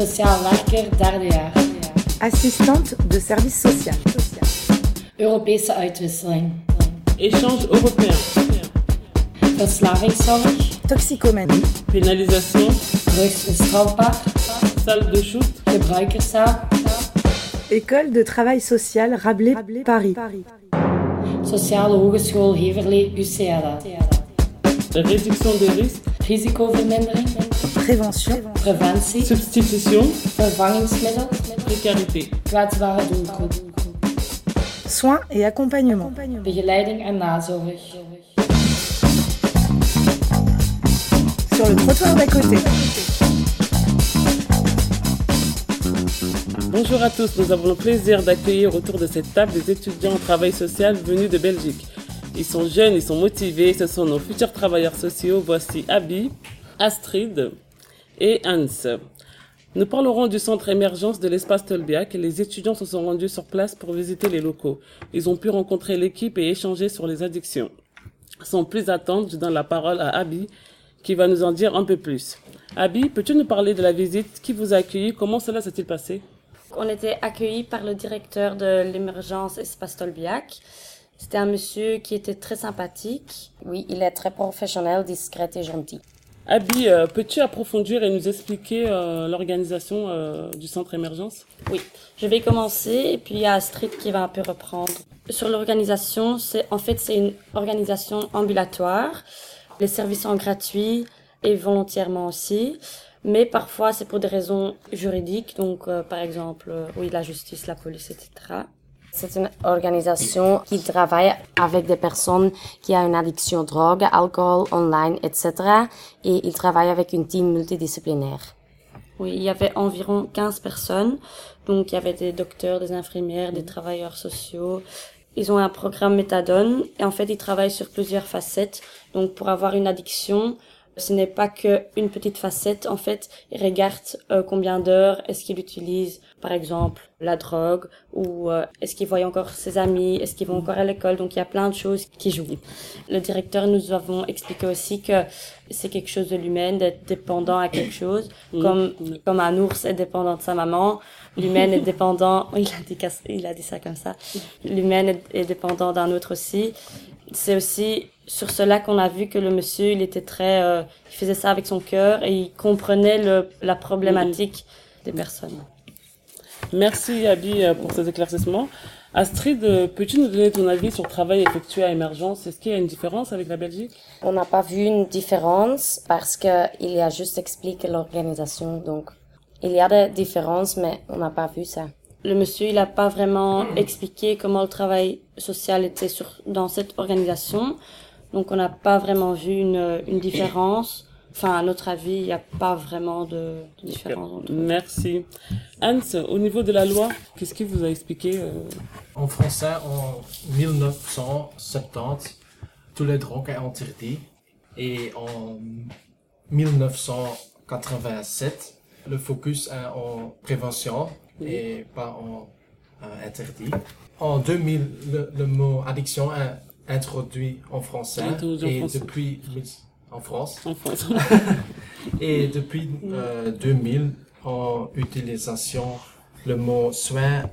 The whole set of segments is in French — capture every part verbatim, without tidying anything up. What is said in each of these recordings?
Sociaal werker, derde jaar. Assistante de service social. Europese uitwisseling. Échange européen. Verslavingszorg. Toxicomanie. Pénalisation. Drugs is strafbaar. Salle de shoot. Gebruikerszaal. École de travail social Rabelais, Paris. Sociale Hogeschool Heverlee, U C L A. Réduction des risques. Risicovermindering. Prévention. Preventie. Substitution. Vervangingsmiddel. Précarité. Kwetsbare doelgroep. Soins et accompagnement. Begeleiding en nazorg. Sur le trottoir d'à côté. Bonjour à tous, nous avons le plaisir d'accueillir autour de cette table des étudiants en travail social venus de Belgique. Ils sont jeunes, ils sont motivés, ce sont nos futurs travailleurs sociaux. Voici Abby, Astrid et Hans. Nous parlerons du centre émergence de l'espace Tolbiac et les étudiants se sont rendus sur place pour visiter les locaux. Ils ont pu rencontrer l'équipe et échanger sur les addictions. Sans plus attendre, je donne la parole à Abby qui va nous en dire un peu plus. Abby, peux-tu nous parler de la visite? Qui vous a accueilli? Comment cela s'est-il passé? On était accueillis par le directeur de l'émergence Espace Tolbiac. C'était un monsieur qui était très sympathique. Oui, il est très professionnel, discret et gentil. Abby, euh, peux-tu approfondir et nous expliquer euh, l'organisation euh, du centre émergence? Oui, je vais commencer et puis il y a Astrid qui va un peu reprendre. Sur l'organisation, c'est en fait c'est une organisation ambulatoire. Les services sont gratuits et volontairement aussi. Mais parfois, c'est pour des raisons juridiques, donc euh, par exemple, euh, oui, la justice, la police, et cetera. C'est une organisation qui travaille avec des personnes qui ont une addiction drogue, alcool, online, et cetera. Et il travaille avec une team multidisciplinaire. Oui, il y avait environ quinze personnes. Donc, il y avait des docteurs, des infirmières, des travailleurs sociaux. Ils ont un programme méthadone et en fait, ils travaillent sur plusieurs facettes. Donc, pour avoir une addiction, ce n'est pas que une petite facette. En fait, ils regardent euh, combien d'heures est-ce qu'il utilise, par exemple, la drogue, ou euh, est-ce qu'il voit encore ses amis, est-ce qu'ils vont encore à l'école. Donc, il y a plein de choses qui jouent. Le directeur nous avons expliqué aussi que c'est quelque chose de l'humain, d'être dépendant à quelque chose, mmh. comme comme un ours est dépendant de sa maman. L'humain est dépendant. Il a dit il a dit ça comme ça. L'humain est, est dépendant d'un autre aussi. C'est aussi sur cela qu'on a vu que le monsieur, il était très, euh, il faisait ça avec son cœur et il comprenait le, la problématique mmh. des personnes. Merci Abby pour ces éclaircissements. Astrid, peux-tu nous donner ton avis sur le travail effectué à Émergence? Est-ce qu'il y a une différence avec la Belgique? On n'a pas vu une différence parce que il a juste expliqué l'organisation. Donc, il y a des différences, mais on n'a pas vu ça. Le monsieur, il n'a pas vraiment expliqué comment le travail social était sur, dans cette organisation. Donc, on n'a pas vraiment vu une, une différence. Enfin, à notre avis, il n'y a pas vraiment de, de différence. Entre Merci. Hans, au niveau de la loi, qu'est-ce qu'il vous a expliqué euh... En français, en dix-neuf cent soixante-dix, tous les drogues sont interdits. Et en dix-neuf cent quatre-vingt-sept, le focus est en prévention et pas en euh, interdit. En deux mille, le, le mot addiction est introduit en français et en français. depuis en France. En France. Et depuis euh, deux mille, en utilisation le mot soin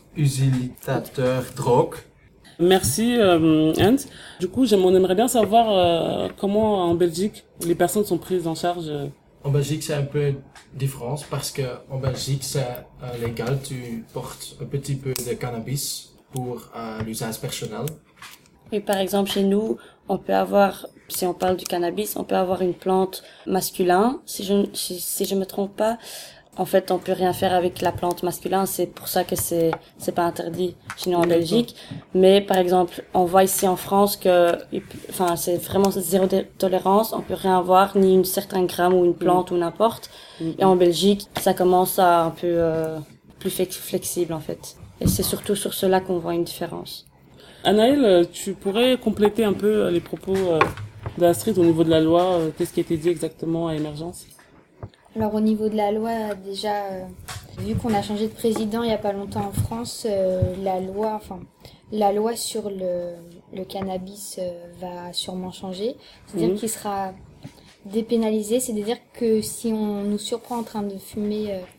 utilisateur drogue. Merci euh, Hans. Du coup, on aimerait bien savoir euh, comment en Belgique les personnes sont prises en charge. Euh... En Belgique, c'est un peu différent parce que en Belgique, c'est euh, légal. Tu portes un petit peu de cannabis pour euh, l'usage personnel. Oui, par exemple, chez nous, on peut avoir, si on parle du cannabis, on peut avoir une plante masculine. Si je si, si je me trompe pas, en fait, on peut rien faire avec la plante masculine. C'est pour ça que c'est c'est pas interdit chez nous en Belgique. Mais par exemple, on voit ici en France que, enfin, c'est vraiment zéro tolérance. On peut rien avoir, ni une certaine gramme ou une plante mmh. ou n'importe. Mmh. Et en Belgique, ça commence à un peu euh, plus flexible en fait. Et c'est surtout sur cela qu'on voit une différence. Anaëlle, tu pourrais compléter un peu les propos d'Astrid au niveau de la loi. Qu'est-ce qui a été dit exactement à Émergence? Alors au niveau de la loi, déjà, euh, vu qu'on a changé de président il y a pas longtemps en France, euh, la loi, enfin, la loi sur le, le cannabis euh, va sûrement changer. C'est-à-dire mmh. qu'il sera dépénalisé, c'est-à-dire que si on nous surprend en train de fumer euh,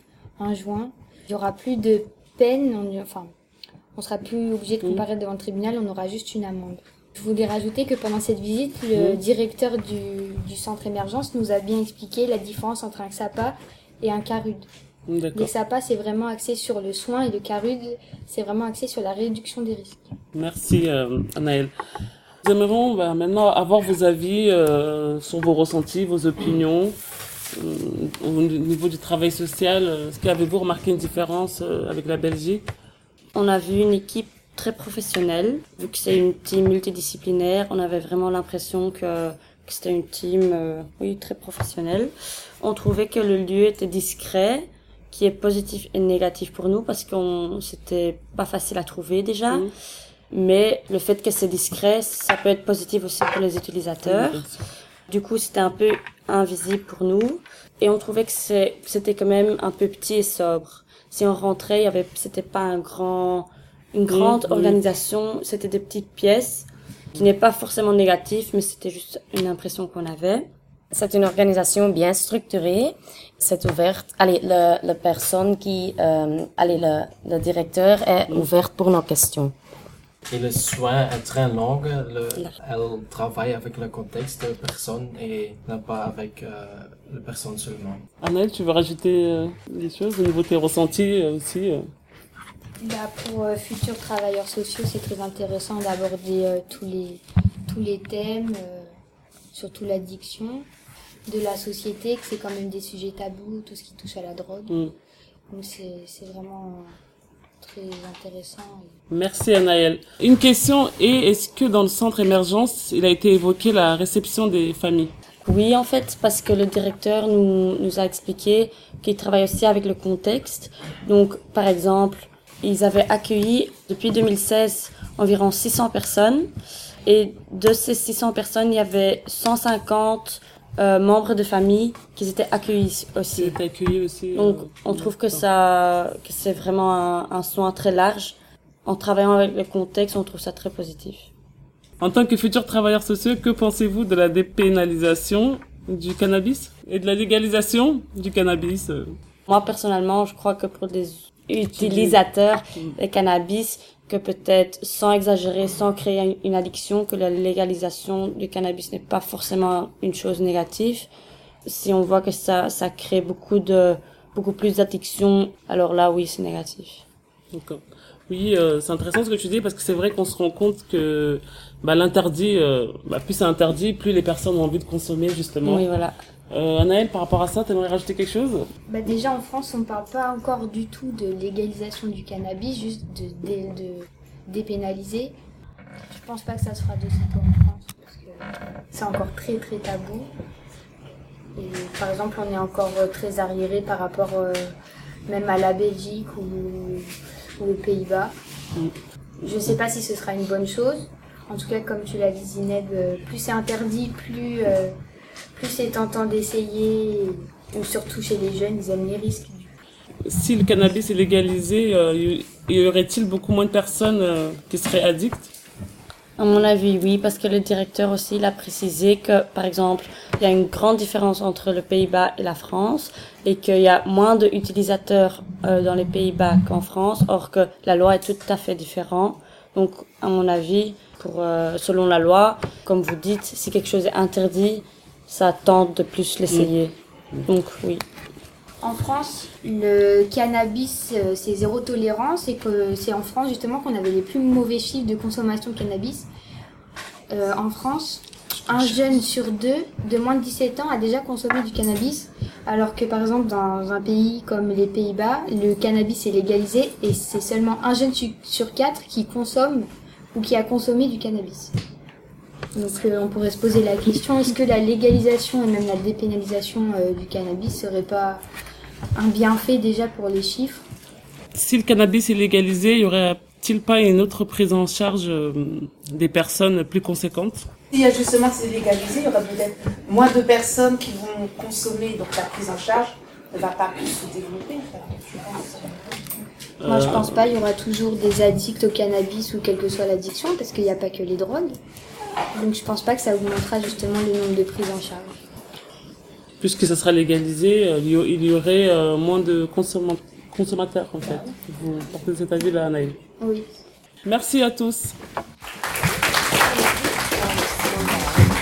un joint. Il y aura plus de peine, on, enfin, on sera plus obligé de comparaître devant le tribunal, on aura juste une amende. Je voulais rajouter que pendant cette visite, le mmh. directeur du, du centre émergence nous a bien expliqué la différence entre un X A P A et un C A R U D. D'accord. Le X A P A, c'est vraiment axé sur le soin et le C A R U D, c'est vraiment axé sur la réduction des risques. Merci euh, Anaëlle. Nous aimerions bah, maintenant avoir vos avis euh, sur vos ressentis, vos opinions euh, au niveau du travail social. Est-ce qu'avez-vous remarqué une différence euh, avec la Belgique? On a vu une équipe très professionnelle, vu que c'est une team multidisciplinaire. On avait vraiment l'impression que, que c'était une team, euh, oui, très professionnelle. On trouvait que le lieu était discret, qui est positif et négatif pour nous parce qu'on c'était pas facile à trouver déjà. Mmh. Mais le fait que c'est discret, ça peut être positif aussi pour les utilisateurs. Du coup, c'était un peu invisible pour nous. Et on trouvait que c'est, c'était quand même un peu petit et sobre. Si on rentrait, il y avait, c'était pas un grand, une grande mmh, organisation. Oui. C'était des petites pièces qui n'est pas forcément négatif, mais c'était juste une impression qu'on avait. C'est une organisation bien structurée. C'est ouverte. Allez, le, la personne qui, euh, allez, le, le directeur est mmh. ouverte pour nos questions. Et le soin est très long, le, elle travaille avec le contexte de personne et non pas avec euh, la personne seulement. Anaëlle, tu veux rajouter euh, des choses au niveau de tes ressentis euh, aussi euh... Bah, pour euh, futurs travailleurs sociaux, c'est très intéressant d'aborder euh, tous les tous les thèmes, euh, surtout l'addiction de la société, que c'est quand même des sujets tabous, tout ce qui touche à la drogue. Mm. Donc c'est c'est vraiment très intéressant. Merci Anaëlle. Une question est, est-ce que dans le centre émergence, il a été évoqué la réception des familles? Oui, en fait, parce que le directeur nous, nous a expliqué qu'il travaille aussi avec le contexte. Donc, par exemple, ils avaient accueilli, depuis deux mille seize, environ six cents personnes. Et de ces six cents personnes, il y avait cent cinquante euh, membres de famille qui étaient accueillis aussi. Qui étaient accueillis aussi. Donc, euh, on trouve que ça, que c'est vraiment un, un soin très large. En travaillant avec le contexte, on trouve ça très positif. En tant que futurs travailleurs sociaux, que pensez-vous de la dépénalisation du cannabis et de la légalisation du cannabis? Moi, personnellement, je crois que pour des utilisateurs de cannabis, que peut-être, sans exagérer, sans créer une addiction, que la légalisation du cannabis n'est pas forcément une chose négative. Si on voit que ça, ça crée beaucoup de, beaucoup plus d'addiction, alors là, oui, c'est négatif. D'accord. Oui, euh, c'est intéressant ce que tu dis parce que c'est vrai qu'on se rend compte que bah, l'interdit, euh, bah, plus c'est interdit, plus les personnes ont envie de consommer justement. Oui, voilà. Euh, Anaëlle, par rapport à ça, t'aimerais rajouter quelque chose? Bah déjà en France, on parle pas encore du tout de légalisation du cannabis, juste de, de, de dépénaliser. Je pense pas que ça se fera de sitôt en France parce que c'est encore très très tabou. Et par exemple, on est encore très arriéré par rapport euh, même à la Belgique ou, ou aux Pays-Bas. Mm. Je sais pas si ce sera une bonne chose. En tout cas, comme tu l'as dit Zineb, plus c'est interdit, plus euh, plus c'est tentant d'essayer, ou surtout chez les jeunes, ils aiment les risques. Si le cannabis est légalisé, euh, y aurait-il beaucoup moins de personnes euh, qui seraient addictes? À mon avis, oui, parce que le directeur aussi il a précisé que, par exemple, il y a une grande différence entre le Pays-Bas et la France, et qu'il y a moins d'utilisateurs euh, dans les Pays-Bas qu'en France, or que la loi est tout à fait différente. Donc, à mon avis, pour euh, selon la loi, comme vous dites, si quelque chose est interdit, ça tente de plus l'essayer. Mmh. Donc, oui. En France, le cannabis, c'est zéro tolérance et que c'est en France justement qu'on avait les plus mauvais chiffres de consommation de cannabis. Euh, en France, un jeune sur deux de moins de dix-sept ans a déjà consommé du cannabis, alors que par exemple dans un pays comme les Pays-Bas, le cannabis est légalisé et c'est seulement un jeune sur quatre qui consomme ou qui a consommé du cannabis. Donc euh, on pourrait se poser la question, est-ce que la légalisation et même la dépénalisation euh, du cannabis serait pas un bienfait déjà pour les chiffres? Si le cannabis est légalisé, y aurait-il pas une autre prise en charge euh, des personnes plus conséquentes? Si justement c'est légalisé, il y aura peut-être moins de personnes qui vont consommer, donc la prise en charge ne va pas plus se développer. Je pense. Moi je pense pas, il y aura toujours des addicts au cannabis ou quelle que soit l'addiction, parce qu'il n'y a pas que les drogues. Donc je pense pas que ça augmentera justement le nombre de prises en charge. Puisque ça sera légalisé, il y aurait moins de, consomma- consommateurs, en fait. Vous portez cet avis-là, Anaïl. Oui. Merci à tous.